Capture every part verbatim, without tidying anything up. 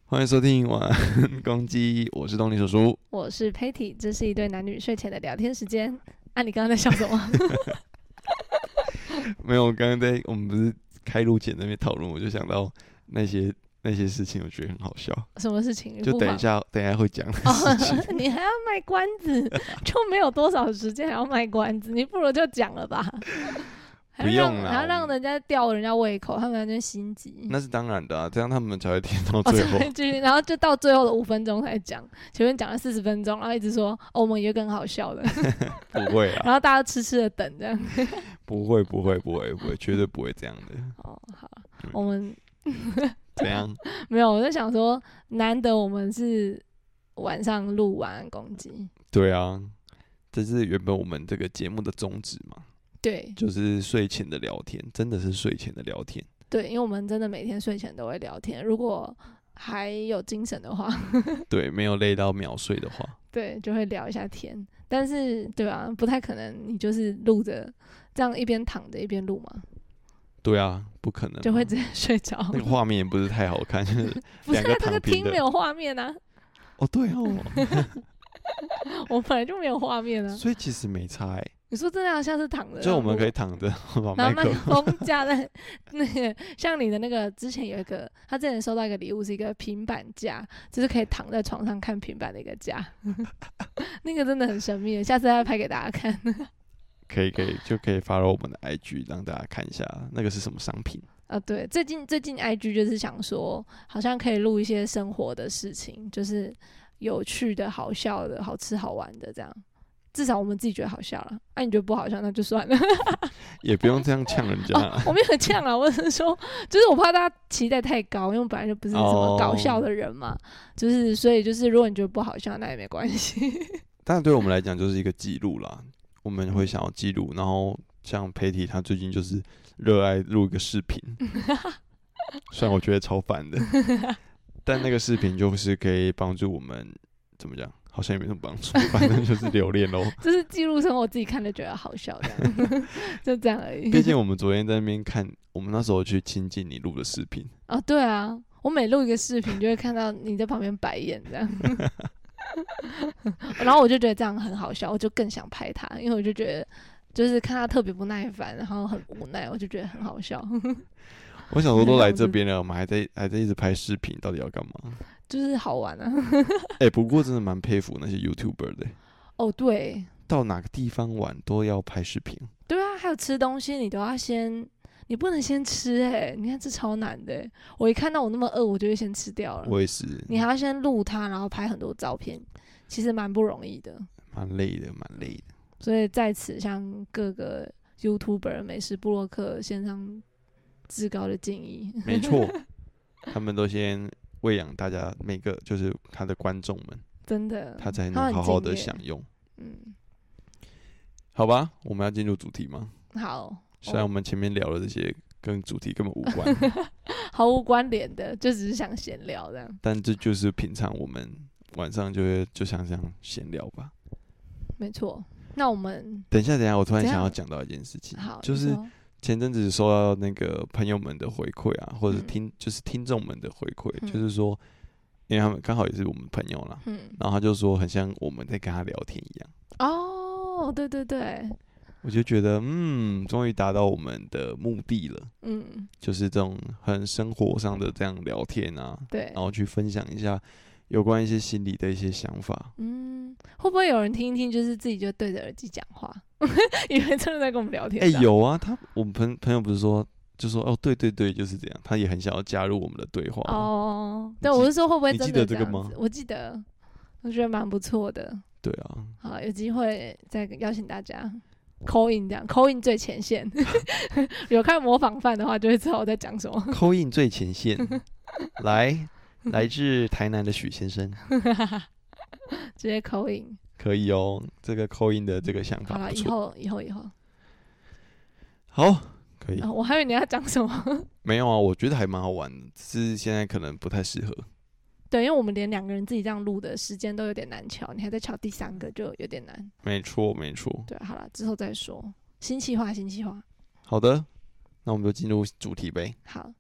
欢迎收听晚安公鸡，我是东尼叔叔， 我是 Patty， 这是一对男女睡前的聊天时间。啊，你刚刚在笑什么？ 没有，刚刚在我们不是开录前那边讨论，我就想到那些那些事情，我觉得很好笑。 什么事情？ 就等一下，等一下会讲的事情。 哦，你还要卖关子，就没有多少时间还要卖关子，你不如就讲了吧。 不用啦， 还要让人家吊人家胃口，他们在那心急。 那是当然的啊，这样他们才会听到最后。 哦、然后就到最后的五分钟才讲，前面讲了四十分钟，然后一直说、哦、我们有更好笑的。 不会啊。 然后大家痴痴的等这样。 不会不会不会不会，绝对不会这样的。 哦，好，嗯、我们怎样？ 没有，我在想说，难得我们是晚上录晚安公鸡。 对啊，这是原本我们这个节目的宗旨嘛。 对， 就是睡前的聊天，真的是睡前的聊天。 对，因为我们真的每天睡前都会聊天，如果还有精神的话， 对，没有累到秒睡的话， 对，就会聊一下天。但是，对啊，不太可能你就是录着这样一边躺着一边录嘛。 对啊，不可能， 就会直接睡着。 那个画面也不是太好看，就是两个躺平的。 不是、啊，这个厅没有画面啊。 哦，对哦， 我本来就没有画面啊， 所以其实没差哎、欸。 你说真的好像是躺着， 就我们可以躺着，把麦克风架在那个，像你的那个，之前有一个，他之前收到一个礼物是一个平板架，就是可以躺在床上看平板的一个架，那个真的很神秘，下次再拍给大家看。 可以可以，就可以发到我们的 I G 让大家看一下那个是什么商品啊。对，最近最近 I G 就是想说，好像可以录一些生活的事情，就是有趣的、好笑的、好吃好玩的这样。至少我们自己觉得好笑了，啊，你觉得不好笑那就算了。 也不用这样呛人家、啊哦。我没有呛啊，我只是说，就是我怕大家期待太高，因为我本来就不是什么搞笑的人嘛， oh. 就是所以就是如果你觉得不好笑，那也没关系。 但是对我们来讲就是一个记录啦，我们会想要记录，然后像 Patty 他最近就是热爱录一个视频，虽然我觉得超烦的，但那个视频就是可以帮助我们怎么讲？好像也没什么帮助，反正就是留恋咯。 就是记录生活，自己看就觉得好笑，这样就这样而已。 毕竟我们昨天在那边看，我们那时候去亲近你录的视频啊、哦，对啊，我每录一个视频就会看到你在旁边白眼这样，然后我就觉得这样很好笑，我就更想拍他，因为我就觉得就是看他特别不耐烦，然后很无奈，我就觉得很好笑。 我想说都来这边了，我们还在还在一直拍视频，到底要干嘛？ 就是好玩啊！ 哎、欸，不过真的蛮佩服那些 YouTuber 的、欸。 哦，对， 到哪个地方玩都要拍视频。 对啊，还有吃东西，你都要先，你不能先吃哎、欸！你看这超难的、欸，我一看到我那么饿，我就会先吃掉了。 我也是。 你还要先录它，然后拍很多照片，其实蛮不容易的。 蛮累的，蛮累的。 所以在此向各个 YouTuber、美食部落客献上至高的敬意。 没错，他们都先喂养大家每个就是他的观众们， 真的， 他才能好好的享用。 嗯， 好吧，我们要进入主题吗？ 好， 虽然我们前面聊了这些跟主题根本无关， 毫无关联的，就只是想闲聊这样。 但这就是平常我们晚上就会就像这样闲聊吧。 没错，那我们等一下，等一下，我突然想要讲到一件事情， 好， 就是前阵子收到那个朋友们的回馈啊，或者听、嗯、就是听众们的回馈、嗯，就是说，因为他们刚好也是我们朋友啦，嗯，然后他就说很像我们在跟他聊天一样。 哦，对对对， 我就觉得，嗯，终于达到我们的目的了， 嗯， 就是这种很生活上的这样聊天啊， 对， 然后去分享一下有关一些心理的一些想法。 嗯，会不会有人听一听，就是自己就对着耳机讲话？以为真的在跟我们聊天。 哎、欸，有啊，他我们朋朋友不是说，就说哦，对对对，就是这样，他也很想要加入我们的对话。 哦，对，我是说会不会真的你记得这个吗？ 我记得，我觉得蛮不错的。 对啊， 好，有机会再邀请大家 call in 这样 call in 最前线。有看模仿犯的话，就会知道我在讲什么。 call in 最前线，来，来自台南的许先生， 直接 call in。 可以哦，这个 call in 的这个想法好了，以后以后以后， 好，可以、 哦。我还以为你要讲什么。 没有啊，我觉得还蛮好玩的，只是现在可能不太适合。 对，因为我们连两个人自己这样录的时间都有点难敲，你还在敲第三个就有点难。 没错，没错。 对，好了，之后再说。新企划，新企划。 好的，那我们就进入主题呗。 好，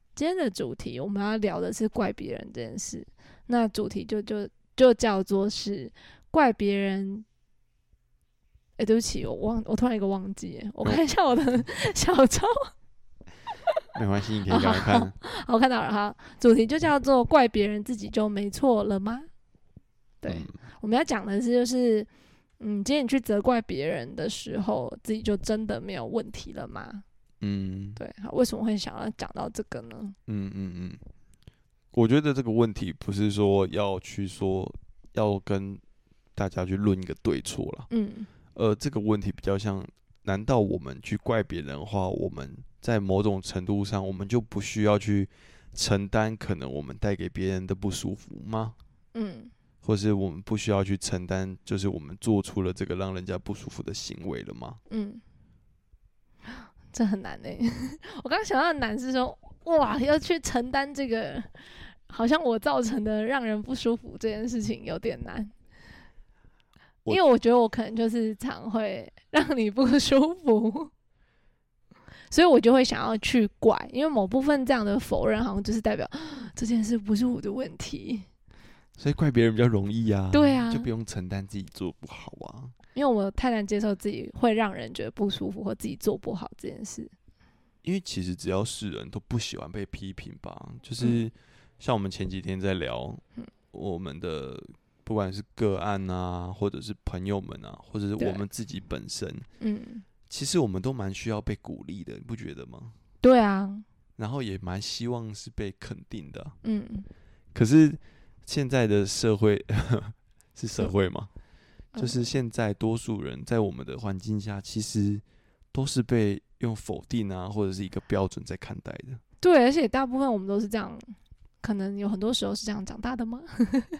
今天的主题我们要聊的是怪别人这件事，那主题就就就叫做是怪别人。哎、欸，对不起，我忘，我突然一个忘记，我看一下我的小抄。 没关系，你可以赶快看。 好, 好，我看到了哈，主题就叫做怪别人自己就没错了吗？对，嗯、我们要讲的是就是，嗯，今天你去责怪别人的时候，自己就真的没有问题了吗？嗯，对，好，为什么会想要讲到这个呢？ 嗯嗯嗯，我觉得这个问题不是说要去说要跟大家去论一个对错啦，嗯，呃，这个问题比较像，难道我们去怪别人的话，我们在某种程度上，我们就不需要去承担可能我们带给别人的不舒服吗？嗯，或是我们不需要去承担，就是我们做出了这个让人家不舒服的行为了吗？嗯， 这很难欸我刚刚想到的难是说，哇，要去承担这个，好像我造成的让人不舒服这件事情有点难。因为我觉得我可能就是常会让你不舒服，所以我就会想要去怪，因为某部分这样的否认好像就是代表这件事不是我的问题， 所以怪别人比较容易啊。 对啊， 就不用承担自己做不好啊。 因为我太难接受自己会让人觉得不舒服或自己做不好这件事。 因为其实只要是人都不喜欢被批评吧，就是像我们前几天在聊我们的。不管是个案啊，或者是朋友们啊，或者是我们自己本身，嗯，其实我们都蛮需要被鼓励的，你不觉得吗？ 对啊， 然后也蛮希望是被肯定的，嗯。可是现在的社会是社会吗？嗯、就是现在多数人在我们的环境下，其实都是被用否定啊，或者是一个标准在看待的。 对，而且大部分我们都是这样，可能有很多时候是这样长大的吗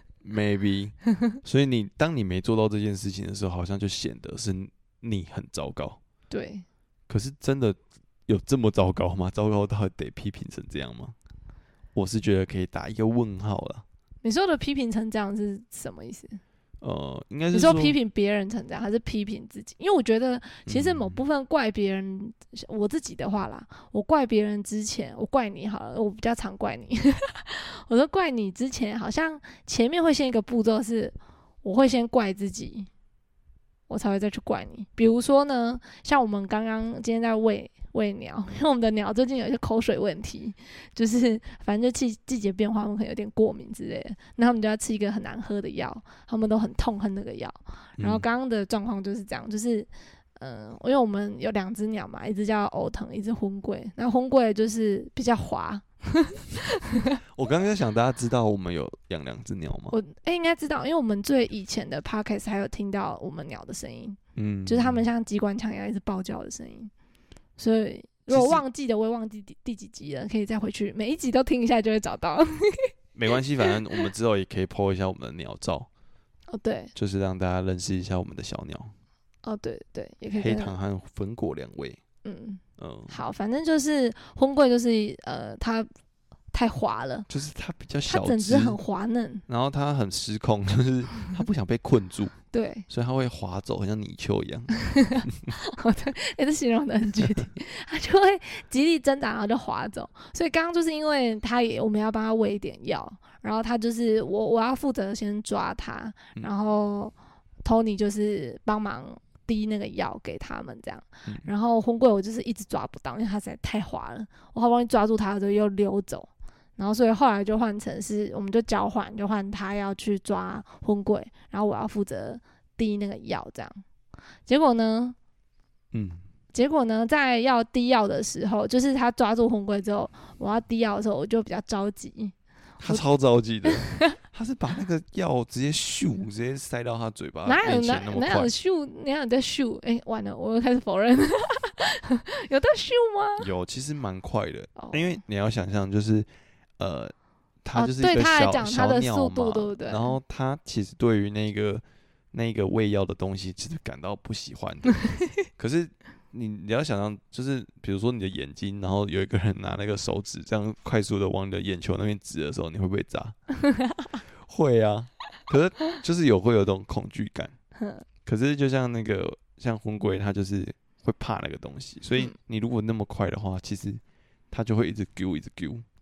？Maybe， 所以你当你没做到这件事情的时候，好像就显得是你很糟糕。 对， 可是真的有这么糟糕吗？糟糕到得批评成这样吗？我是觉得可以打一个问号了。 你说的批评成这样是什么意思？ 呃，应该是说你说批评别人成这样，还是批评自己？因为我觉得其实某部分怪别人、嗯，我自己的话啦，我怪别人之前，我怪你好了，我比较常怪你。我说怪你之前，好像前面会先一个步骤是，我会先怪自己，我才会再去怪你。比如说呢，像我们刚刚今天在喂。喂鸟，因为我们的鸟最近有一些口水问题，就是反正就季季节变化，他们可能有点过敏之类的，那他们就要吃一个很难喝的药，他们都很痛恨那个药。然后刚刚的状况就是这样，就是嗯、呃，因为我们有两只鸟嘛，一只叫欧腾，一只昏桂，那昏桂就是比较滑。 我刚刚想大家知道我们有养两只鸟吗？ 我哎、欸、应该知道，因为我们最以前的 podcast 还有听到我们鸟的声音，嗯，就是他们像机关枪一样一直爆叫的声音。所以如果忘记的，我也忘记 第, 第几集了，可以再回去每一集都听一下就会找到。 没关系，反正我们之后也可以 po 一下我们的鸟照。 哦，对， 就是让大家认识一下我们的小鸟。 哦，对对，也可以。 黑糖和粉果两位。 嗯嗯，好，反正就是荤桂，就是呃，它太滑了， 就是它比较小只， 它整只很滑嫩， 然后它很失控，就是它不想被困住。 对， 所以它会滑走，好像泥鳅一样。 哦，对，也是形容的很具体，它就会极力挣扎，然后就滑走。所以刚刚就是因为它也，我们要帮它喂一点药，然后它就是我我要负责先抓它，然后 Tony 就是帮忙滴那个药给他们这样。嗯、然后荤桂我就是一直抓不到，因为它实在太滑了，我好不容易抓住它，就又溜走。然后所以后来就换成是，我们就交换，就换他要去抓荤桂，然后我要负责滴那个药，这样。结果呢，嗯，结果呢，在要滴药的时候，就是他抓住荤桂之后，我要滴药的时候，我就比较着急。 他超着急的，他是把那个药直接咻，直接塞到他嘴巴面前那么快。 哪有咻？哪有在咻？哎、欸，完了，我又开始否认。有在咻吗？ 有，其实蛮快的，哦、因为你要想象就是。呃，它就是一个小、 哦、 小鸟嘛， 对不对？ 然后它其实对于那个那个喂药的东西，其实感到不喜欢的。可是你你要想象，就是比如说你的眼睛，然后有一个人拿那个手指这样快速的往你的眼球那边指的时候，你会不会眨？会啊。可是就是有会有这种恐惧感。可是就像那个像荤桂，它就是会怕那个东西，所以你如果那么快的话，其实它就会一直揪一直揪。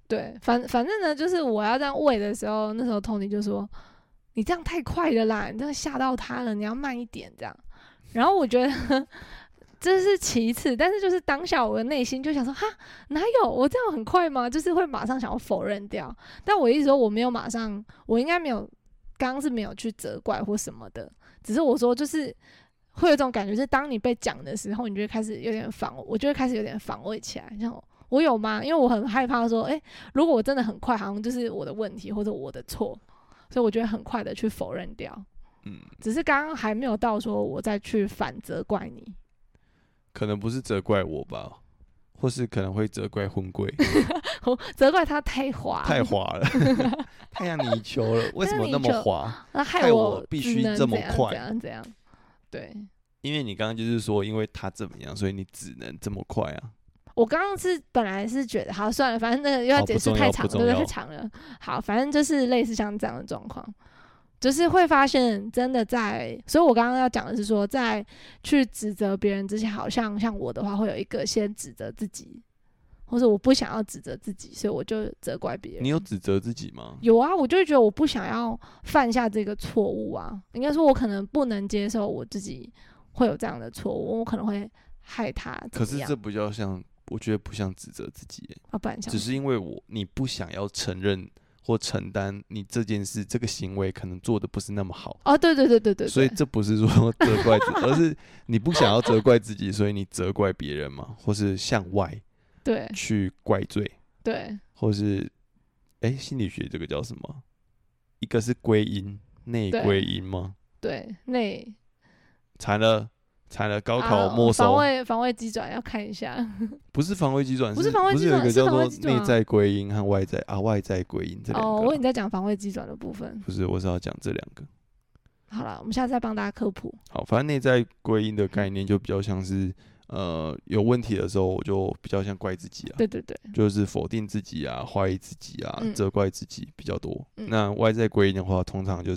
对，反反正呢，就是我要这样喂的时候，那时候 Tony 就说：“你这样太快了啦，你这样吓到他了，你要慢一点这样。”然后我觉得这是其次，但是就是当下我的内心就想说：“哈，哪有我这样很快吗？”就是会马上想要否认掉。但我一直说我没有马上，我应该没有，刚刚是没有去责怪或什么的，只是我说就是会有一种感觉，是当你被讲的时候，你就会开始有点防，我就会开始有点防卫起来，像我。我有吗？因为我很害怕说，哎、欸，如果我真的很快，好像就是我的问题或者我的错，所以我觉得很快的去否认掉。嗯，只是刚刚还没有到说我再去反责怪你， 可能不是责怪我吧，或是可能会责怪婚柜， 责怪他太滑， 太滑了，太像泥鳅了，为什么那么滑？ 那害我必须这么快， 怎样怎样？对， 因为你刚刚就是说，因为他怎么样，所以你只能这么快啊。 我刚刚是本来是觉得，好算了，反正那个又要解释太长了，对不对？太长了。好，反正就是类似像这样的状况，就是会发现真的在，所以我刚刚要讲的是说，在去指责别人之前，好像像我的话，会有一个先指责自己，或者我不想要指责自己，所以我就责怪别人。 你有指责自己吗？ 有啊，我就会觉得我不想要犯下这个错误啊，应该说我可能不能接受我自己会有这样的错误，我可能会害他怎么样。 可是这比较像。我觉得不像指责自己耶， 啊、不然像只是因为我你不想要承认或承担你这件事这个行为可能做的不是那么好哦，对对对对 对, 对， 所以这不是说责怪自己，而是你不想要责怪自己，所以你责怪别人嘛，或是向外对去怪罪， 对， 或是哎、欸、心理学这个叫什么？一个是归因，内归因吗？ 对，内惨了。惨了，高考没收。 啊、防卫防卫机转要看一下， 不是防卫机转， 不是防卫机转， 不是有一个叫做内在归因和外在啊外在归因这两个、啊。 哦，我以为你在讲防卫机转的部分。 不是，我是要讲这两个。 好了，我们下次再帮大家科普。 好，反正内在归因的概念就比较像是，呃，有问题的时候我就比较像怪自己啊。 对对对，就是否定自己啊，怀疑自己啊， 嗯、 责怪自己比较多。 嗯、 那外在归因的话，通常就是。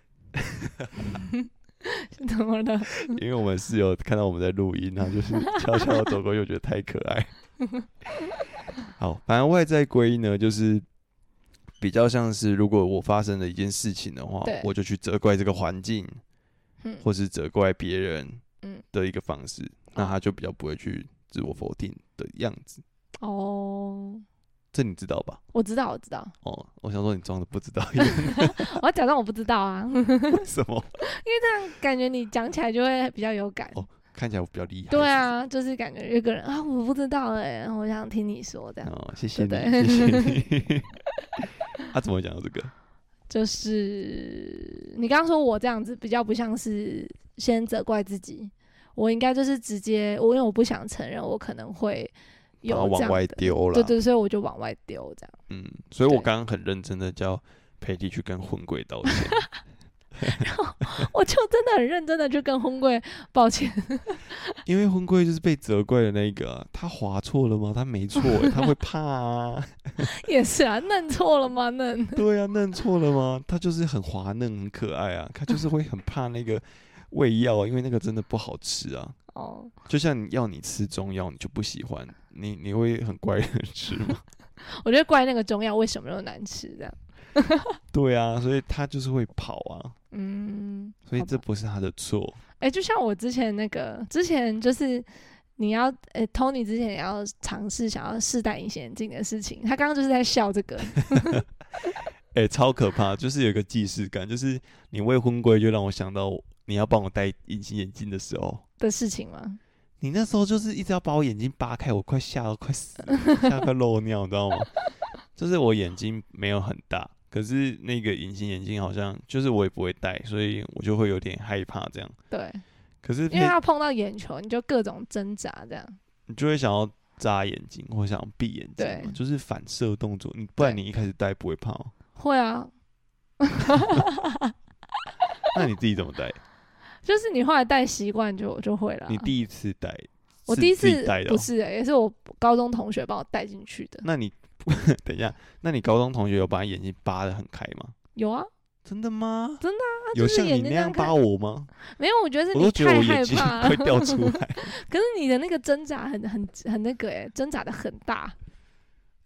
怎么了？ 因为我们室友看到我们在录音，他就是悄悄地走过去，我觉得太可爱。好，反正外在归因呢，就是比较像是如果我发生了一件事情的话，我就去责怪这个环境，嗯、或是责怪别人的一个方式，嗯、那他就比较不会去自我否定的样子。哦。这你知道吧？ 我知道，我知道。 哦，我想说你装的不知道。 我要假装我不知道啊。 为什么？ 因为这样感觉你讲起来就会比较有感。 哦，看起来我比较厉害。 对啊，就是感觉有个人啊，我不知道哎、欸，我想听你说这样。 哦，谢谢你，對對謝謝你。他、啊、怎麼講到這個？ 就是你剛剛說我這樣子比較不像是先責怪自己，我應該就是直接，我因為我不想承認，我可能會。有往外丢了， 对对，所以我就往外丢这样。 嗯，所以我刚刚很认真的叫培蒂去跟婚柜道歉， 然后我就真的很认真的去跟婚柜抱歉， 因为婚柜就是被责怪的那一个、啊，他滑错了吗？他没错、欸，他会怕啊。 也是啊，嫩错了吗？嫩？ 对啊，嫩错了吗？他就是很滑嫩，很可爱啊，他就是会很怕那个胃药，因为那个真的不好吃啊。哦，就像你要你吃中药，你就不喜欢，你你会很怪人吃吗？ 我觉得怪那个中药为什么那么难吃这样。 对啊，所以他就是会跑啊。嗯，所以这不是他的错。 哎、欸，就像我之前那个，之前就是你要，哎、欸、，Tony 之前也要尝试想要试戴隐形眼镜的事情，他刚刚就是在笑这个。 哎、欸，超可怕，就是有一个既视感，就是你未婚归就让我想到你要帮我戴隐形眼镜的时候的事情吗？ 你那时候就是一直要把我眼睛扒开，我快吓到快死了，吓到快漏尿，你知道吗？就是我眼睛没有很大，可是那个隐形眼镜好像就是我也不会戴，所以我就会有点害怕这样。 对， 可是因为它碰到眼球，你就各种挣扎这样， 你就会想要眨眼睛或想要闭眼睛嘛，就是反射动作。你不然你一开始戴不会怕吗？ 会啊。 那你自己怎么戴？ 就是你后来戴习惯就就会了。 你第一次戴， 我第一次戴的、哦、 不是、欸，也是我高中同学帮我戴进去的。 那你等一下，那你高中同学有把眼睛扒得很开吗？ 有啊。 真的吗？ 真的啊。 有像你那样扒我吗？ 没有，我觉得是你太害怕了， 快掉出来。 可是你的那个挣扎很很很那个哎、欸，挣扎的很大。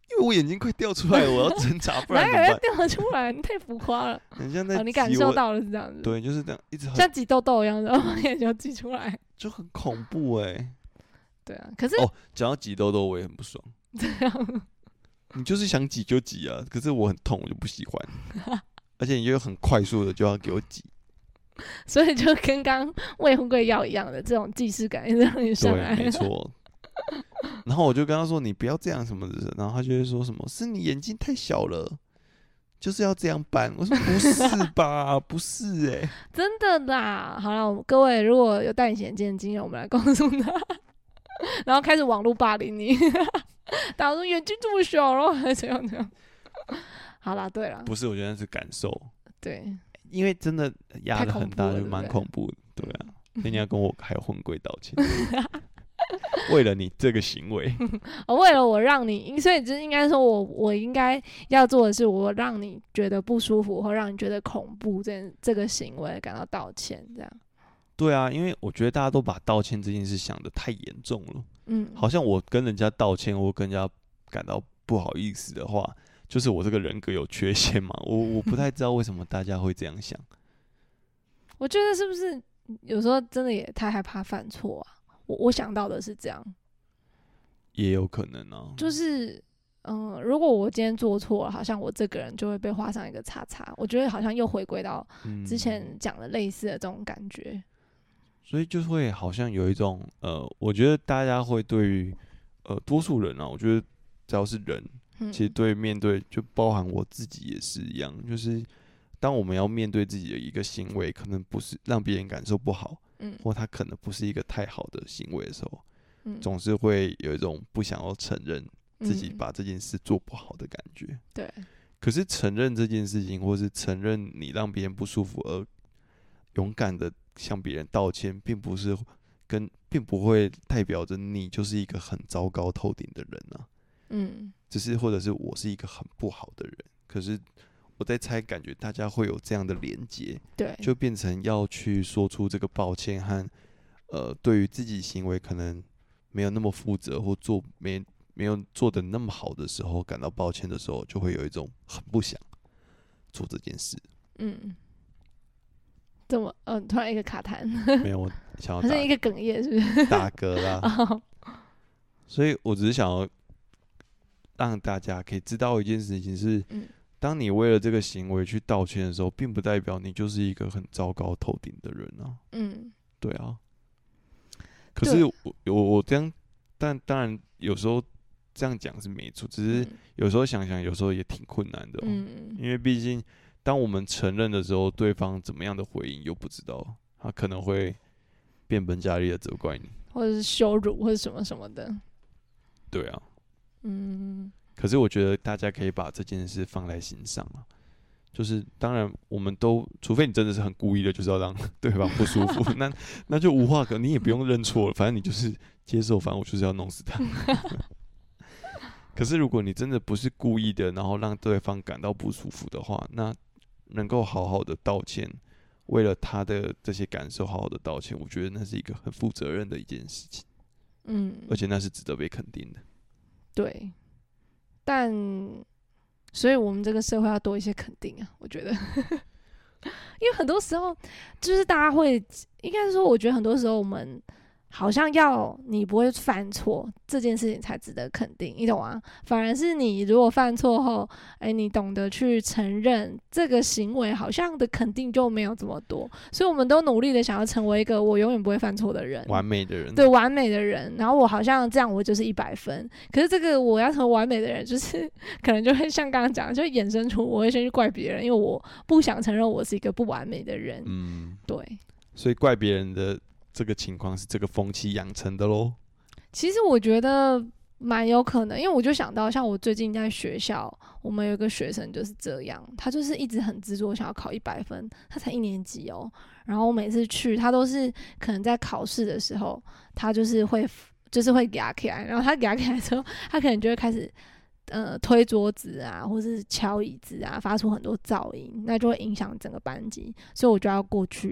因为我眼睛快掉出来了，我要挣扎，不然怎么办？ 哪有人掉得出来？你太浮夸了。 很像在、 哦，你感受到了是这样子。 对，就是这样，一直很像挤痘痘一样，然后把眼球挤出来。 就很恐怖哎、欸。 对啊，可是哦，讲到挤痘痘，我也很不爽。 这样， 你就是想挤就挤啊，可是我很痛，我就不喜欢。而且你又很快速的就要给我挤， 所以就跟刚喂婚贵药一样的这种既视感，一直让你上来。 对，没错。然后我就跟他说：“你不要这样什么的。”然后他就会说什么：“是你眼睛太小了，就是要这样办。”我说：“不是吧，不是哎、欸， 真的啦。”好了，各位如果有戴隐形眼镜的经验，我们来告诉他，然后开始网络霸凌你，大家说眼睛这么小，然后还怎样怎样。好啦，对啦， 不是，我觉得是感受， 对， 因为真的压得很大，就蛮太恐怖了恐怖的。对啊，所以你要跟我还有婚贵道歉。为了你这个行为， 哦，为了我让你，所以就是应该说我我应该要做的是，我让你觉得不舒服或让你觉得恐怖这这个行为感到道歉，这样。 对啊，因为我觉得大家都把道歉这件事想得太严重了， 嗯， 好像我跟人家道歉或跟人家感到不好意思的话，就是我这个人格有缺陷嘛。我我不太知道为什么大家会这样想。 我觉得是不是有时候真的也太害怕犯错啊？我我想到的是这样， 也有可能啊， 就是嗯、呃，如果我今天做错了，好像我这个人就会被画上一个叉叉。我觉得好像又回归到之前讲的类似的这种感觉。嗯， 所以就会好像有一种呃，我觉得大家会对于呃多数人啊，我觉得只要是人， 嗯， 其实对面对就包含我自己也是一样，就是当我们要面对自己的一个行为，可能不是让别人感受不好， 嗯， 或他可能不是一个太好的行为的时候， 嗯， 总是会有一种不想要承认自己嗯把这件事做不好的感觉。 对， 可是承认这件事情，或是承认你让别人不舒服而勇敢的向别人道歉，并不是跟并不会代表着你就是一个很糟糕透顶的人啊。 嗯， 只是或者是我是一个很不好的人，可是我在猜，感觉大家会有这样的连结， 对， 就变成要去说出这个抱歉和呃，对于自己行为可能没有那么负责，或做没没有做的那么好的时候，感到抱歉的时候，就会有一种很不想做这件事。 嗯，怎么？嗯、呃，突然一个卡痰， 没有，我想要好像一打个哽咽，是不是？ 打嗝啦， 哦， 所以我只是想要让大家可以知道一件事情是， 嗯， 当你为了这个行为去道歉的时候，并不代表你就是一个很糟糕透顶的人啊。 嗯， 对啊。可是我我我这样，但当然有时候这样讲是没错，只是有时候想想，有时候也挺困难的、喔。 嗯， 因为毕竟当我们承认的时候，对方怎么样的回应又不知道，他可能会变本加厉的责怪你， 或者是羞辱，或者什么什么的。 对啊。 嗯， 可是我觉得大家可以把这件事放在心上啊，就是当然我们都，除非你真的是很故意的，就是要让对方不舒服，那那就无话可，你也不用认错了，反正你就是接受，反正我就是要弄死他。可是如果你真的不是故意的，然后让对方感到不舒服的话，那能够好好的道歉，为了他的这些感受好好的道歉，我觉得那是一个很负责任的一件事情， 嗯， 而且那是值得被肯定的。 对，但所以我们这个社会要多一些肯定啊，我觉得，因为很多时候就是大家会，应该说，我觉得很多时候我们好像要你不会犯错这件事情才值得肯定，你懂吗？反而是你如果犯错后，哎，你懂得去承认这个行为，好像的肯定就没有这么多。所以我们都努力的想要成为一个我永远不会犯错的人， 完美的人， 对，完美的人。然后我好像这样，我就是一百分。可是这个我要成为完美的人，就是可能就会像刚刚讲的，就会衍生出我会先去怪别人，因为我不想承认我是一个不完美的人。 嗯， 对。 所以怪别人的这个情况是这个风气养成的咯。 其实我觉得蛮有可能，因为我就想到，像我最近在学校，我们有一个学生就是这样，他就是一直很执着想要考一百分，他才一年级哦。然后我每次去，他都是可能在考试的时候，他就是会就是会压起来，然后他压起来之后，他可能就会开始呃推桌子啊，或是敲椅子啊，发出很多噪音，那就会影响整个班级，所以我就要过去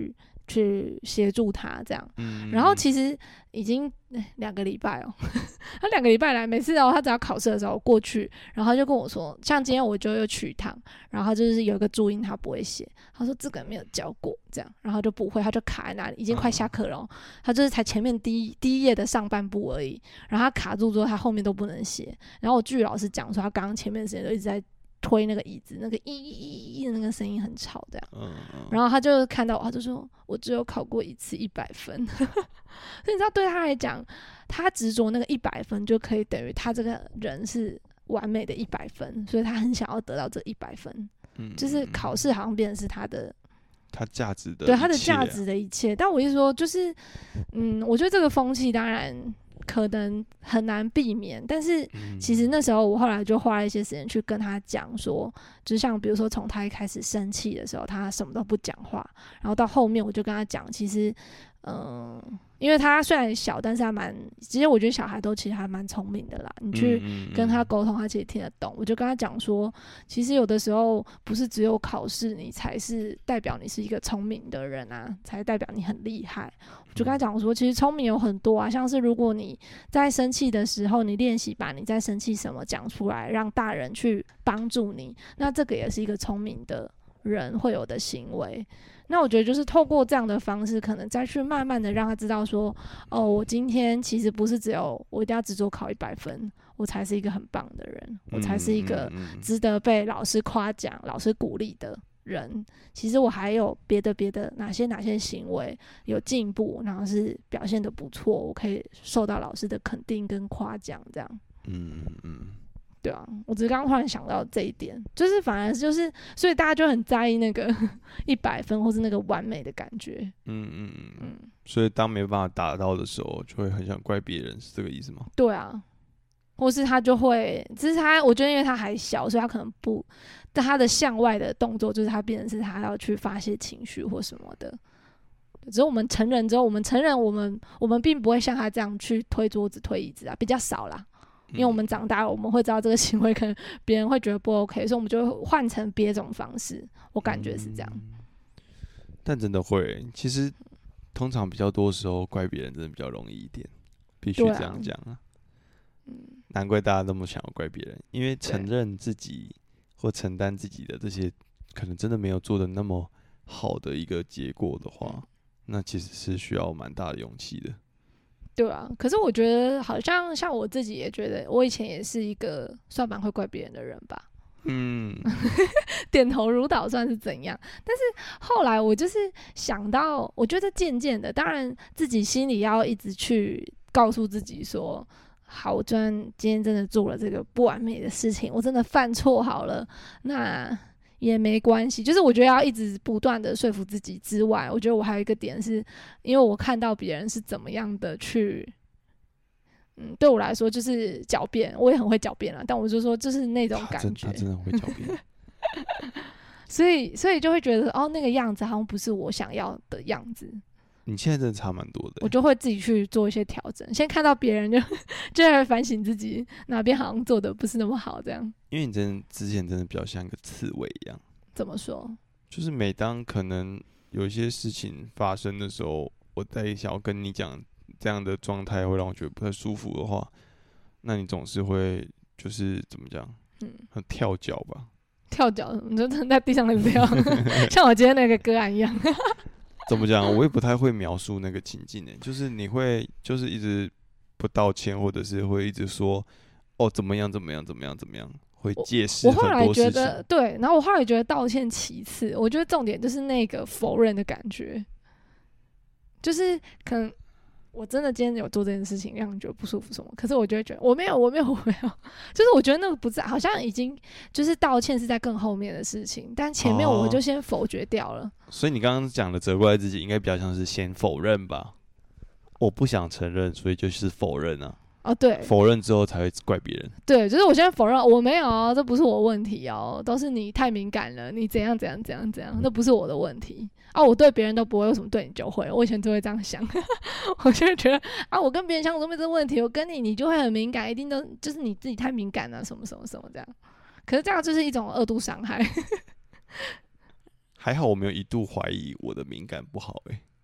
去协助他这样。 嗯， 然后其实已经两个礼拜哦，他两个礼拜来，每次哦他只要考试的时候过去，然后他就跟我说，像今天我就又去一趟，然后就是有一个注音他不会写，他说这个没有教过这样，然后就不会，他就卡在那里，已经快下课了、哦，他就是才前面第一第一页的上半部而已，然后他卡住之后，他后面都不能写。然后我据老师讲说，他刚刚前面的时间都一直在推那个椅子，那个一一一的那个声音很吵这样。 嗯嗯、 然后他就看到我，他就说我只有考过一次一百分，所以你知道对他来讲，他执着那个一百分就可以等于他这个人是完美的一百分，所以他很想要得到这一百分。嗯，就是考试好像变成是他的。 他价值的、啊、 对他的价值的一切，但我一说就是，嗯，我觉得这个风气当然可能很难避免，但是其实那时候我后来就花了一些时间去跟他讲说，就像比如说从他一开始生气的时候，他什么都不讲话，然后到后面我就跟他讲，其实，嗯、呃。因为他虽然小，但是他蛮，其实我觉得小孩都其实还蛮聪明的啦。你去跟他沟通，他其实听得懂。我就跟他讲说，其实有的时候不是只有考试你才是代表你是一个聪明的人啊，才代表你很厉害。我就跟他讲说，其实聪明有很多啊，像是如果你在生气的时候，你练习把你在生气什么讲出来，让大人去帮助你，那这个也是一个聪明的人会有的行为。那我觉得就是透过这样的方式，可能再去慢慢的让他知道说，哦，我今天其实不是只有我一定要只做考一百分，我才是一个很棒的人，我才是一个值得被老师夸奖、老师鼓励的人。其实我还有别的别的哪些哪些行为有进步，然后是表现得不错，我可以受到老师的肯定跟夸奖，这样。嗯嗯。对啊，我只是刚刚突然想到这一点，就是反而就是，所以大家就很在意那个一百分或是那个完美的感觉。嗯嗯嗯。所以当没办法达到的时候，就会很想怪别人，是这个意思吗？ 对啊，或是他就会，只是他，我觉得因为他还小，所以他可能不，但他的向外的动作就是他变成是他要去发泄情绪或什么的。只是我们成人之后，我们承认我们我们并不会像他这样去推桌子、推椅子啊，比较少啦。因为我们长大了，我们会知道这个行为可能别人会觉得不 OK， 所以我们就会换成别种方式。我感觉是这样。嗯、 但真的会，其实通常比较多时候怪别人真的比较容易一点，必须这样讲啊。嗯，难怪大家那么想要怪别人，因为承认自己或承担自己的这些可能真的没有做的那么好的一个结果的话，那其实是需要蛮大的勇气的。 对啊，可是我觉得好像像我自己也觉得，我以前也是一个算蛮会怪别人的人吧。嗯，点头如捣算是怎样？但是后来我就是想到，我觉得渐渐的，当然自己心里要一直去告诉自己说，好，我虽然今天真的做了这个不完美的事情，我真的犯错好了，那也没关系，就是我觉得要一直不断的说服自己之外，我觉得我还有一个点是，因为我看到别人是怎么样的去，嗯，对我来说就是狡辩，我也很会狡辩啦，但我就说就是那种感觉， 他真的很会狡辩， 所以所以就会觉得哦，那个样子好像不是我想要的样子。 你现在真的差蛮多的， 我就会自己去做一些调整。先看到别人就就会反省自己哪边好像做的不是那么好，这样。 因为你真的之前真的比较像一个刺猬一样。 怎么说？ 就是每当可能有一些事情发生的时候，我在想要跟你讲这样的状态会让我觉得不太舒服的话，那你总是会就是怎么讲？嗯，很跳脚吧？ 跳脚，你就站在地上那个跳，像我今天那个个案一样。 怎么讲？我也不太会描述那个情境诶，就是你会就是一直不道歉，或者是会一直说哦怎么样怎么样怎么样怎么样，会解释很多事情。 我后来觉得对，然后我后来觉得道歉其次，我觉得重点就是那个否认的感觉，就是可能我真的今天有做这件事情让你觉得不舒服什么，可是我就会觉得我没有我没有我没有，就是我觉得那个不在，好像已经就是道歉是在更后面的事情，但前面我就先否决掉了。哦， 所以你刚刚讲的责怪自己，应该比较像是先否认吧？我不想承认，所以就是否认啊。 哦，对， 否认之后才会怪别人。 对，就是我现在否认，我没有哦，这不是我问题哦，都是你太敏感了，你怎样怎样怎样怎样，那不是我的问题啊，我对别人都不会，为什么对你就会？我以前就会这样想，我就会觉得啊，我跟别人相处都没这个问题，我跟你你就会很敏感，一定都就是你自己太敏感了，什么什么什么这样。可是这样就是一种二度伤害。 还好我没有一度怀疑我的敏感不好诶、欸。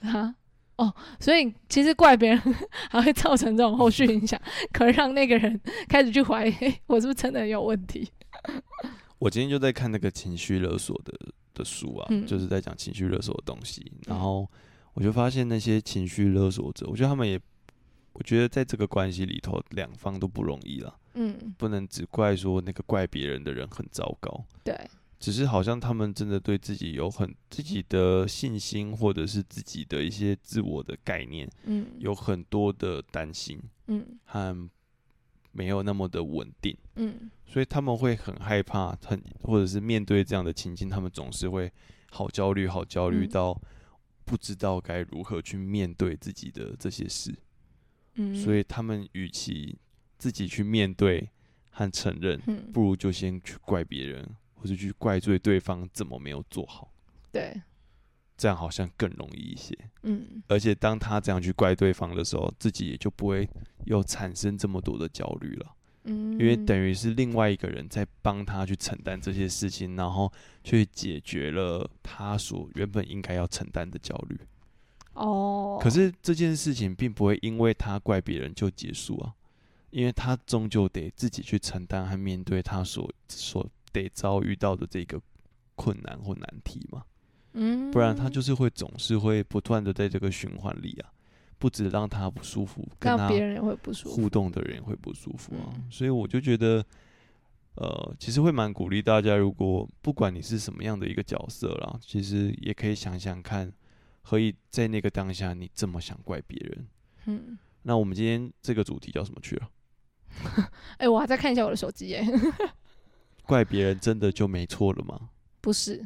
啊，哦，所以其实怪别人还会造成这种后续影响，可能让那个人开始去怀疑，欸，我是不是真的有问题？ 我今天就在看那个情绪勒索的的书啊， 嗯就是在讲情绪勒索的东西，然后我就发现那些情绪勒索者，我觉得他们也，我觉得在这个关系里头，两方都不容易啦。 嗯， 不能只怪说那个怪别人的人很糟糕， 对， 只是好像他们真的对自己有很自己的信心，或者是自己的一些自我的概念， 嗯， 有很多的担心， 嗯， 和没有那么的稳定， 嗯， 所以他们会很害怕，很或者是面对这样的情境，他们总是会好焦虑，好焦虑嗯到不知道该如何去面对自己的这些事， 嗯， 所以他们与其自己去面对和承认， 嗯， 不如就先去怪别人，或是去怪罪对方怎么没有做好， 对， 这样好像更容易一些。 嗯， 而且当他这样去怪对方的时候，自己也就不会有产生这么多的焦虑了。 嗯， 因为等于是另外一个人在帮他去承担这些事情，然后去解决了他所原本应该要承担的焦虑。 哦， 可是这件事情并不会因为他怪别人就结束啊，因为他终究得自己去承担和面对他所所得遭遇到的这个困难或难题嘛。 嗯， 不然他就是会总是会不断的在这个循环里啊，不止让他不舒服，跟他让别人也会不舒服， 互动的人也会不舒服啊。 嗯所以我就觉得，呃，其实会蛮鼓励大家，如果不管你是什么样的一个角色啦，其实也可以想想看，何以在那个当下你这么想怪别人。 嗯， 那我们今天这个主题叫什么去了？ 哎，我还在看一下我的手机耶， 怪别人真的就没错了吗？ 不是，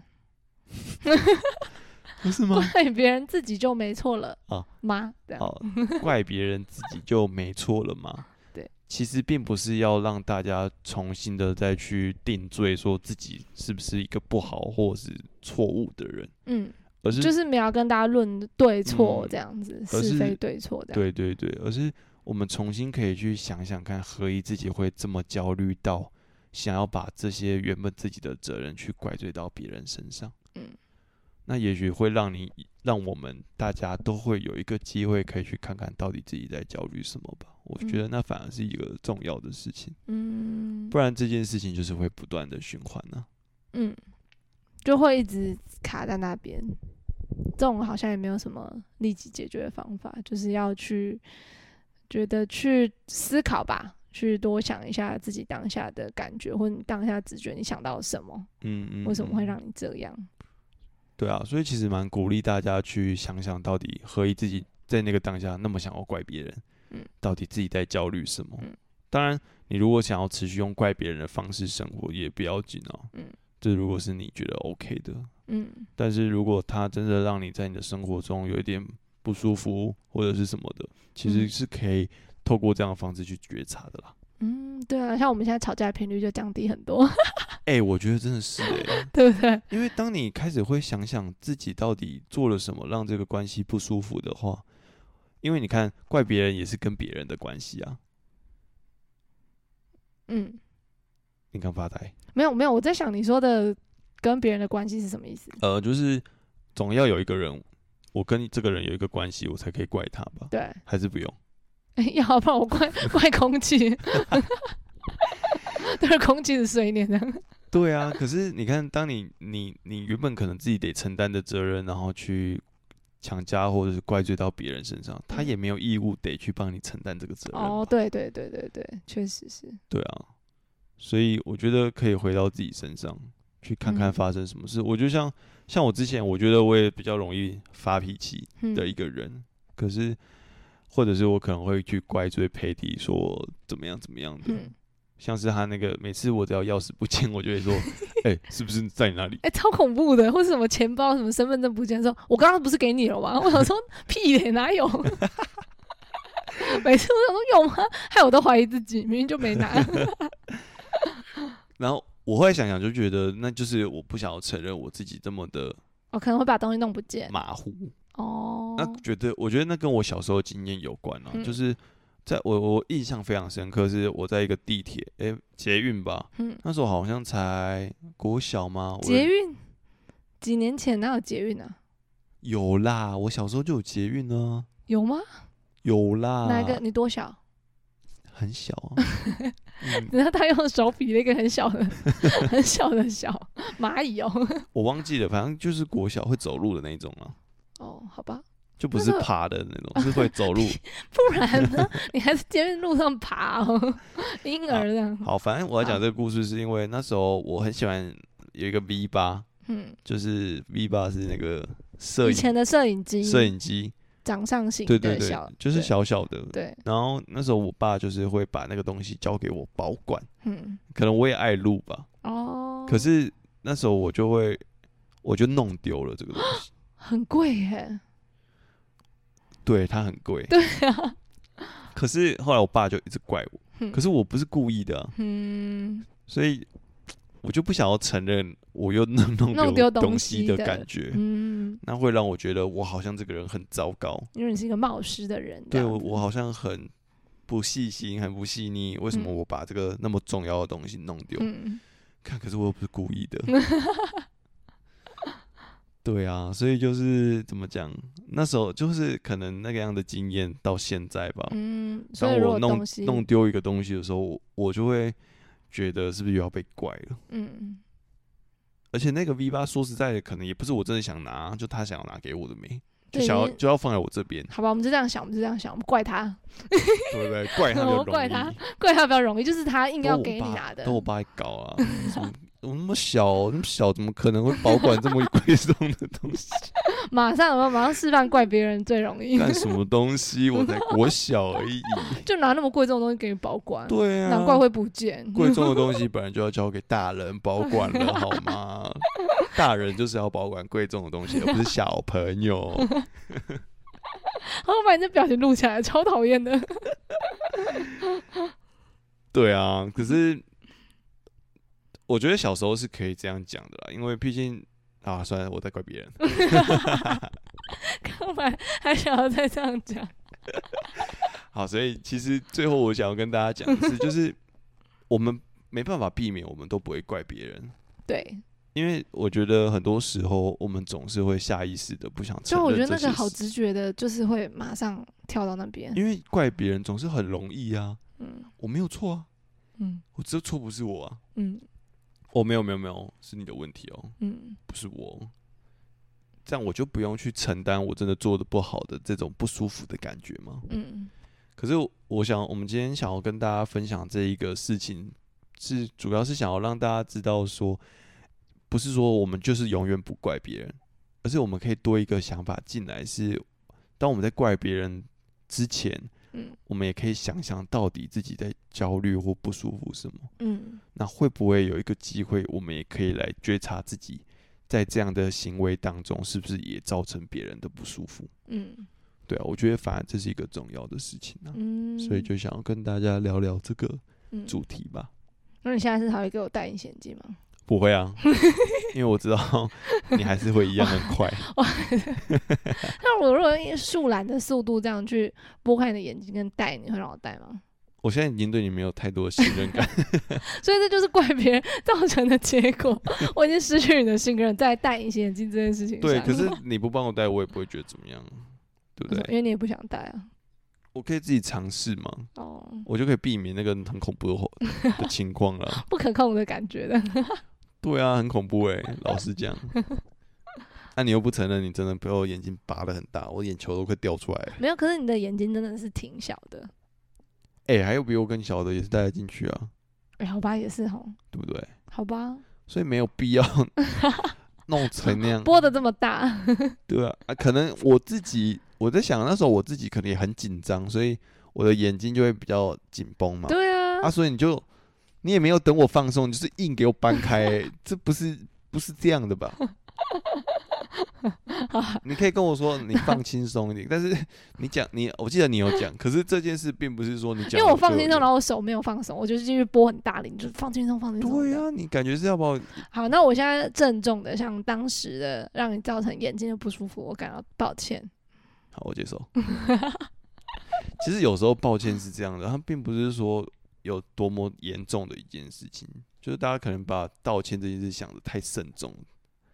不是吗？ 怪别人自己就没错了啊吗？这样， 好，怪别人自己就没错了吗？ 对， 其实并不是要让大家重新的再去定罪，说自己是不是一个不好或是错误的人， 嗯， 而是就是没有跟大家论对错嗯这样子， 而是是非对错这样， 对对对，而是我们重新可以去想想看，何以自己会这么焦虑到想要把这些原本自己的责任去怪罪到别人身上。 嗯， 那也许会让你让我们大家都会有一个机会可以去看看到底自己在焦虑什么吧。我觉得那反而是一个重要的事情， 嗯， 不然这件事情就是会不断的循环呢。 嗯，就会一直卡在那边。这种好像也没有什么立即解决的方法，就是要去觉得去思考吧，去多想一下自己当下的感觉，或者你当下直觉你想到什么， 嗯嗯， 为什么会让你这样？ 对啊，所以其实蛮鼓励大家去想想，到底何以自己在那个当下那么想要怪别人， 嗯， 到底自己在焦虑什么？ 嗯， 当然，你如果想要持续用怪别人的方式生活，也不要紧哦。 嗯， 这如果是你觉得 OK 的， 嗯， 但是如果他真的让你在你的生活中有一点不舒服或者是什么的，其实是可以透过这样的方式去觉察的啦。 嗯，对啊，像我们现在吵架的频率就降低很多， 哎、欸，我觉得真的是哎、欸， 对不对？ 因为当你开始会想想自己到底做了什么让这个关系不舒服的话，因为你看怪别人也是跟别人的关系啊。 嗯， 你刚发呆？ 没有没有，我在想你说的跟别人的关系是什么意思？ 呃，就是总要有一个人，我跟你这个人有一个关系，我才可以怪他吧？ 对， 还是不用？ 要不然我怪怪空气，都是空气的碎念的。 对啊，可是你看，当你你你原本可能自己得承担的责任，然后去强加或者是怪罪到别人身上，他也没有义务得去帮你承担这个责任。 哦，对对对对对，确实是。 对啊，所以我觉得可以回到自己身上去看看发生什么事。嗯、我就像像我之前，我觉得我也比较容易发脾气的一个人，嗯、可是或者是我可能会去怪罪佩蒂说怎么样怎么样的。嗯，像是他那个每次我只要钥匙不见，我就会说，哎、欸，是不是在你那里？ 哎、欸，超恐怖的，或是什么钱包、什么身份证不见的时候，我刚刚不是给你了吗？我想说屁嘞，哪有？每次我想说有吗？害我都怀疑自己，明明就没拿。 然后我后来想想，就觉得那就是我不想要承认我自己这么的， 我可能会把东西弄不见， 马虎。 哦， 那觉得我觉得那跟我小时候的经验有关啊，嗯、就是在我我印象非常深刻，是我在一个地铁，哎、欸，捷运吧，嗯，那时候好像才国小吗？ 捷运几年前哪有捷运啊？ 有啦，我小时候就有捷运啊， 有吗？ 有啦。 哪一个？你多小？ 很小啊。嗯、 然后他用手比了一个很小的、很小的小蚂蚁哦。 我忘记了，反正就是国小会走路的那种啊。 哦，好吧。 就不是爬的那种，是会走路。 不然呢？你还是捷运路上爬哦，婴儿这样。 好，反正我要讲这个故事，是因为那时候我很喜欢有一个 V 八，嗯，就是 V 八是那个摄影以前的摄影机， 摄影机掌上型的，对对对， 就是小小的。 对。 然后那时候我爸就是会把那个东西交给我保管，嗯，可能我也爱录吧，哦。可是那时候我就会，我就弄丢了这个东西， 很贵耶。 对，它很贵。 对啊。 可是后来我爸就一直怪我，嗯、可是我不是故意的、啊，嗯，所以我就不想要承认我又弄弄丢东西的感觉，嗯，那会让我觉得我好像这个人很糟糕， 因为你是一个冒失的人， 对我我好像很不细心，很不细腻，为什么我把这个那么重要的东西弄丢？嗯，看，可是我又不是故意的。对啊，所以就是怎么讲，那时候就是可能那个样的经验到现在吧。嗯，所以当我弄弄丢一个东西的时候，我, 我就会觉得是不是又要被怪了？嗯，而且那个 V 八说实在的，可能也不是我真的想拿，就他想要拿给我的没，就想要就要放在我这边。 好吧，我们就这样想，我们就这样想，我们怪他， 对不对？怪他比较容易， 怪他，怪他比较容易，就是他硬要给你拿的， 都我爸搞啊。我那么小，那么小，怎么可能会保管这么贵重的东西？ 马上有没有？马上示范怪别人最容易。 干什么东西？我才国小而已。 就拿那么贵重的东西给你保管， 对啊， 难怪会不见。 贵重的东西本来就要交给大人保管了，好吗？大人就是要保管贵重的东西，而不是小朋友。 好，我把你这表情录起来，超讨厌的。 对啊，可是。我觉得小时候是可以这样讲的啦，因为毕竟啊，算了，我在怪别人。 干嘛还想要再这样讲？ 好，所以其实最后我想要跟大家讲的是，就是我们没办法避免，我们都不会怪别人。 对， 因为我觉得很多时候我们总是会下意识的不想承认这些事。就我觉得那个好直觉的，就是会马上跳到那边。 因为怪别人总是很容易啊。嗯，我没有错啊。嗯，我这错不是我啊。嗯。哦，没有没有没有，是你的问题哦，嗯，不是我，这样我就不用去承担我真的做的不好的这种不舒服的感觉吗？嗯，可是我想，我们今天想要跟大家分享这一个事情，是主要是想要让大家知道说，不是说我们就是永远不怪别人，而是我们可以多一个想法进来，是当我们在怪别人之前。嗯，我们也可以想想到底自己在焦虑或不舒服什么。嗯，那会不会有一个机会，我们也可以来觉察自己在这样的行为当中，是不是也造成别人的不舒服？嗯，对啊，我觉得反而这是一个重要的事情啊。嗯，所以就想要跟大家聊聊这个主题吧。 嗯、那你现在是还会给我戴隐形眼镜吗？ 不会啊，因为我知道你还是会一样很快。 那我如果用树懒的速度这样去拨开你的眼睛跟戴，你会让我戴吗？ 我现在已经对你没有太多的信任感， 所以这就是怪别人造成的结果。我已经失去你的信任，在戴隐形眼镜这件事情上。 对，可是你不帮我戴，我也不会觉得怎么样，对不对？ 因为你也不想戴啊。 我可以自己尝试嘛，哦，我就可以避免那个很恐怖的的情况了， 不可控的感觉的。 对啊，很恐怖哎、欸，老实讲。那、啊、你又不承认，你真的被我眼睛拔得很大，我眼球都快掉出来了。 没有，可是你的眼睛真的是挺小的。 哎、欸，还有比我更小的也是戴得进去啊。 哎、欸，好吧，也是吼， 对不对？ 好吧。 所以没有必要弄成那样， 播得这么大。 对啊，啊，可能我自己我在想，那时候我自己可能也很紧张，所以我的眼睛就会比较紧绷嘛。 对啊。 啊，所以你就。你也没有等我放松，你就是硬给我搬开、欸，这不是不是这样的吧？你可以跟我说你放轻松一点，但是你讲你，我记得你有讲，可是这件事并不是说你讲， 因为我放轻松，然后我手没有放松，我就继续拨很大力，你就放轻松，放轻松。 对啊，你感觉是要把我好，那我现在郑重的向当时的让你造成眼睛的不舒服，我感到抱歉。 好，我接受。其实有时候抱歉是这样的，它并不是说。有多么严重的一件事情，就是大家可能把道歉这件事想得太慎重，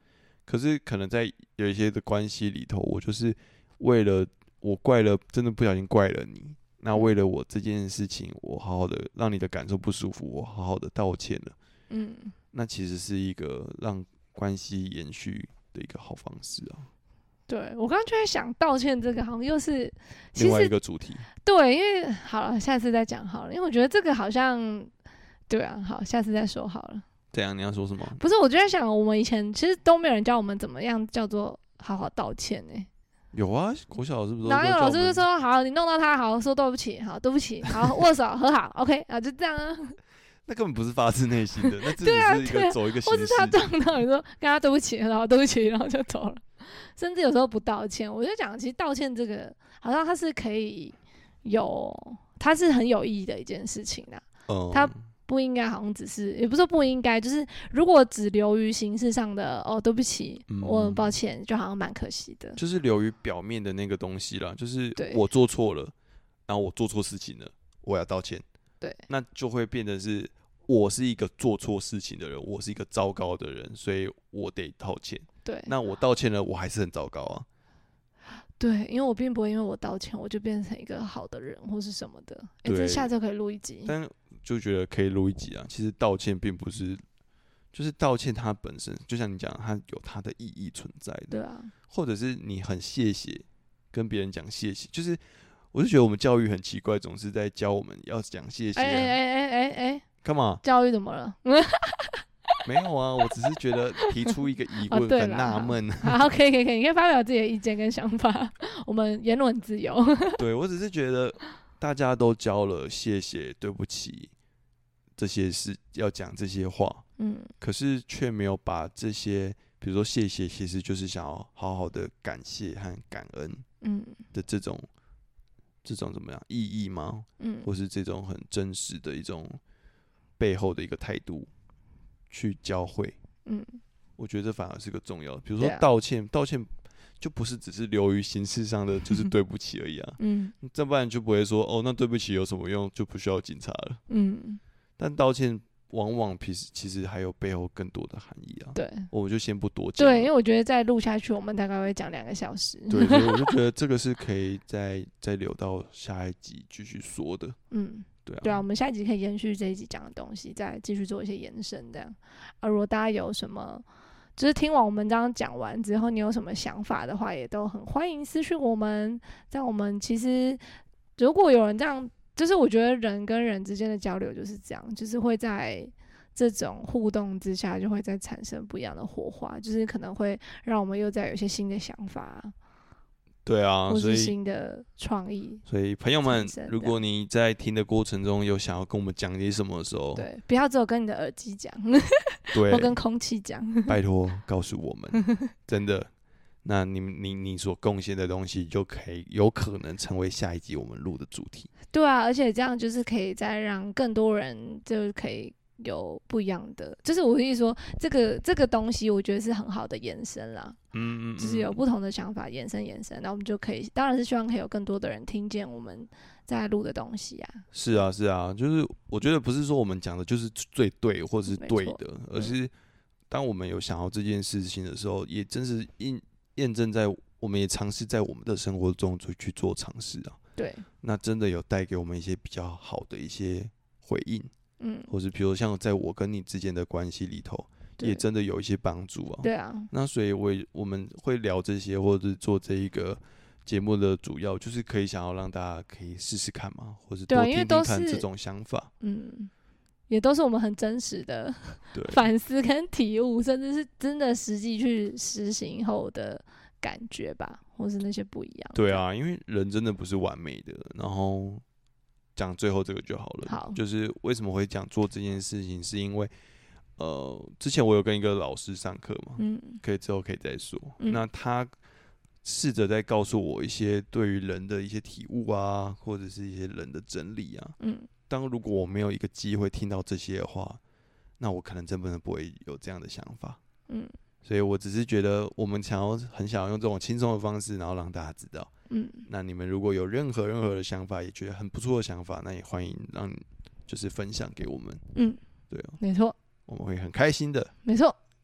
可是可能在有一些的关系里头，我就是为了我怪了，真的不小心怪了你，那为了我这件事情，我好好的让你的感受不舒服，我好好的道歉了。嗯，那其实是一个让关系延续的一个好方式啊。 对，我刚刚就在想，道歉这个好像又是另外一个主题。 对，因为好了，下次再讲好了，因为我觉得这个好像，对啊，好，下次再说好了。 怎样？你要说什么？ 不是，我就在想，我们以前其实都没有人教我们怎么样叫做好好道歉呢、欸。 有啊，国小老师不是都哪有老师就说好，你弄到他好，说对不起，好，对不起，好，握手和好 ，OK 啊，就这样啊。 那根本不是发自内心的，那只是一个走一个形式。 或是他撞到你说跟他对不起，然后对不起，然后就走了。甚至有时候不道歉，我就讲，其实道歉这个好像它是可以有，它是很有意义的一件事情啦。嗯，它不应该好像只是，也不是说不应该，就是如果只流于形式上的哦，对不起，嗯、我很抱歉，就好像蛮可惜的。 就是流于表面的那个东西啦，就是我做错了，然后我做错事情了，我要道歉。 对， 那就会变成是我是一个做错事情的人，我是一个糟糕的人，所以我得道歉。 对， 那我道歉了，我还是很糟糕啊。 对，因为我并不会因为我道歉，我就变成一个好的人或是什么的。哎、欸，这下周可以录一集。 但就觉得可以录一集啊。其实道歉并不是，就是道歉它本身，就像你讲，它有它的意义存在的。 对啊。或者是你很谢谢，跟别人讲谢谢，就是我就觉得我们教育很奇怪，总是在教我们要讲谢谢、啊。 哎哎哎哎哎， 干嘛？ 教育怎么了？ 没有啊，我只是觉得提出一个疑问，哦、很纳闷。 好，可以可以可以，你可以发表自己的意见跟想法，我们言论自由。 对，我只是觉得大家都教了谢谢、对不起这些事，要讲这些话，嗯，可是却没有把这些，比如说谢谢，其实就是想要好好的感谢和感恩，嗯的这种、嗯、这种怎么样意义吗？嗯，或是这种很真实的一种背后的一个态度。去教会，嗯，我觉得这反而是个重要的。比如说道歉，啊、道歉就不是只是流于形式上的，就是对不起而已啊。嗯，这不然就不会说哦，那对不起有什么用，就不需要警察了。嗯，但道歉往往其实其实还有背后更多的含义啊。对，我就先不多讲。 对，因为我觉得再录下去，我们大概会讲两个小时。 对，所以我就觉得这个是可以再再留到下一集继续说的。嗯。对啊， 对啊，我们下一集可以延续这一集讲的东西，再继续做一些延伸，这样。而如果大家有什么，就是听完我们这样讲完之后，你有什么想法的话，也都很欢迎私讯我们。这样我们其实如果有人这样，就是我觉得人跟人之间的交流就是这样，就是会在这种互动之下，就会再产生不一样的火花，就是可能会让我们又再有一些新的想法。 对啊， 或是新的创意。 所以朋友们，如果你在听的过程中有想要跟我们讲些什么的时候， 对，不要只有跟你的耳机讲， 对， 或跟空气讲， 拜托告诉我们，真的。那你你你所贡献的东西，就可以有可能成为下一集我们录的主题。 对啊，而且这样就是可以再让更多人就可以有不一样的，就是我跟你说，这个这个东西，我觉得是很好的延伸啦。嗯嗯，就是有不同的想法延伸延伸，那我们就可以，当然是希望可以有更多的人听见我们在录的东西啊。 是啊是啊，就是我觉得不是说我们讲的就是最对或者是对的，而是当我们有想要这件事情的时候，也真是验验证在，我们也尝试在我们的生活中去做尝试啊。 对， 那真的有带给我们一些比较好的一些回应。嗯，或是比如像在我跟你之间的关系里头，也真的有一些帮助啊。 对啊， 那所以我也我们会聊这些，或者是做这一个节目的主要，就是可以想要让大家可以试试看嘛，或是多听听看这种想法。 嗯，也都是我们很真实的反思跟体悟，甚至是真的实际去实行后的感觉吧，或是那些不一样。 对啊，因为人真的不是完美的，然后。讲最后这个就好了。 好， 就是为什么会讲做这件事情，是因为呃，之前我有跟一个老师上课嘛，嗯，可以之后可以再说。嗯、那他试着在告诉我一些对于人的一些体悟啊，或者是一些人的真理啊。嗯，当如果我没有一个机会听到这些的话，那我可能真的不会有这样的想法。嗯。所以我只是觉得，我们想要很想要用这种轻松的方式，然后让大家知道。嗯，那你们如果有任何任何的想法，也觉得很不错的想法，那也欢迎让就是分享给我们。嗯，对哦， 没错， 我们会很开心的。 没错。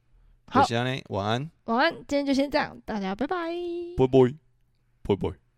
好就，是安尼，晚安， 晚安，今天就先这样，大家拜拜。 拜拜，拜拜。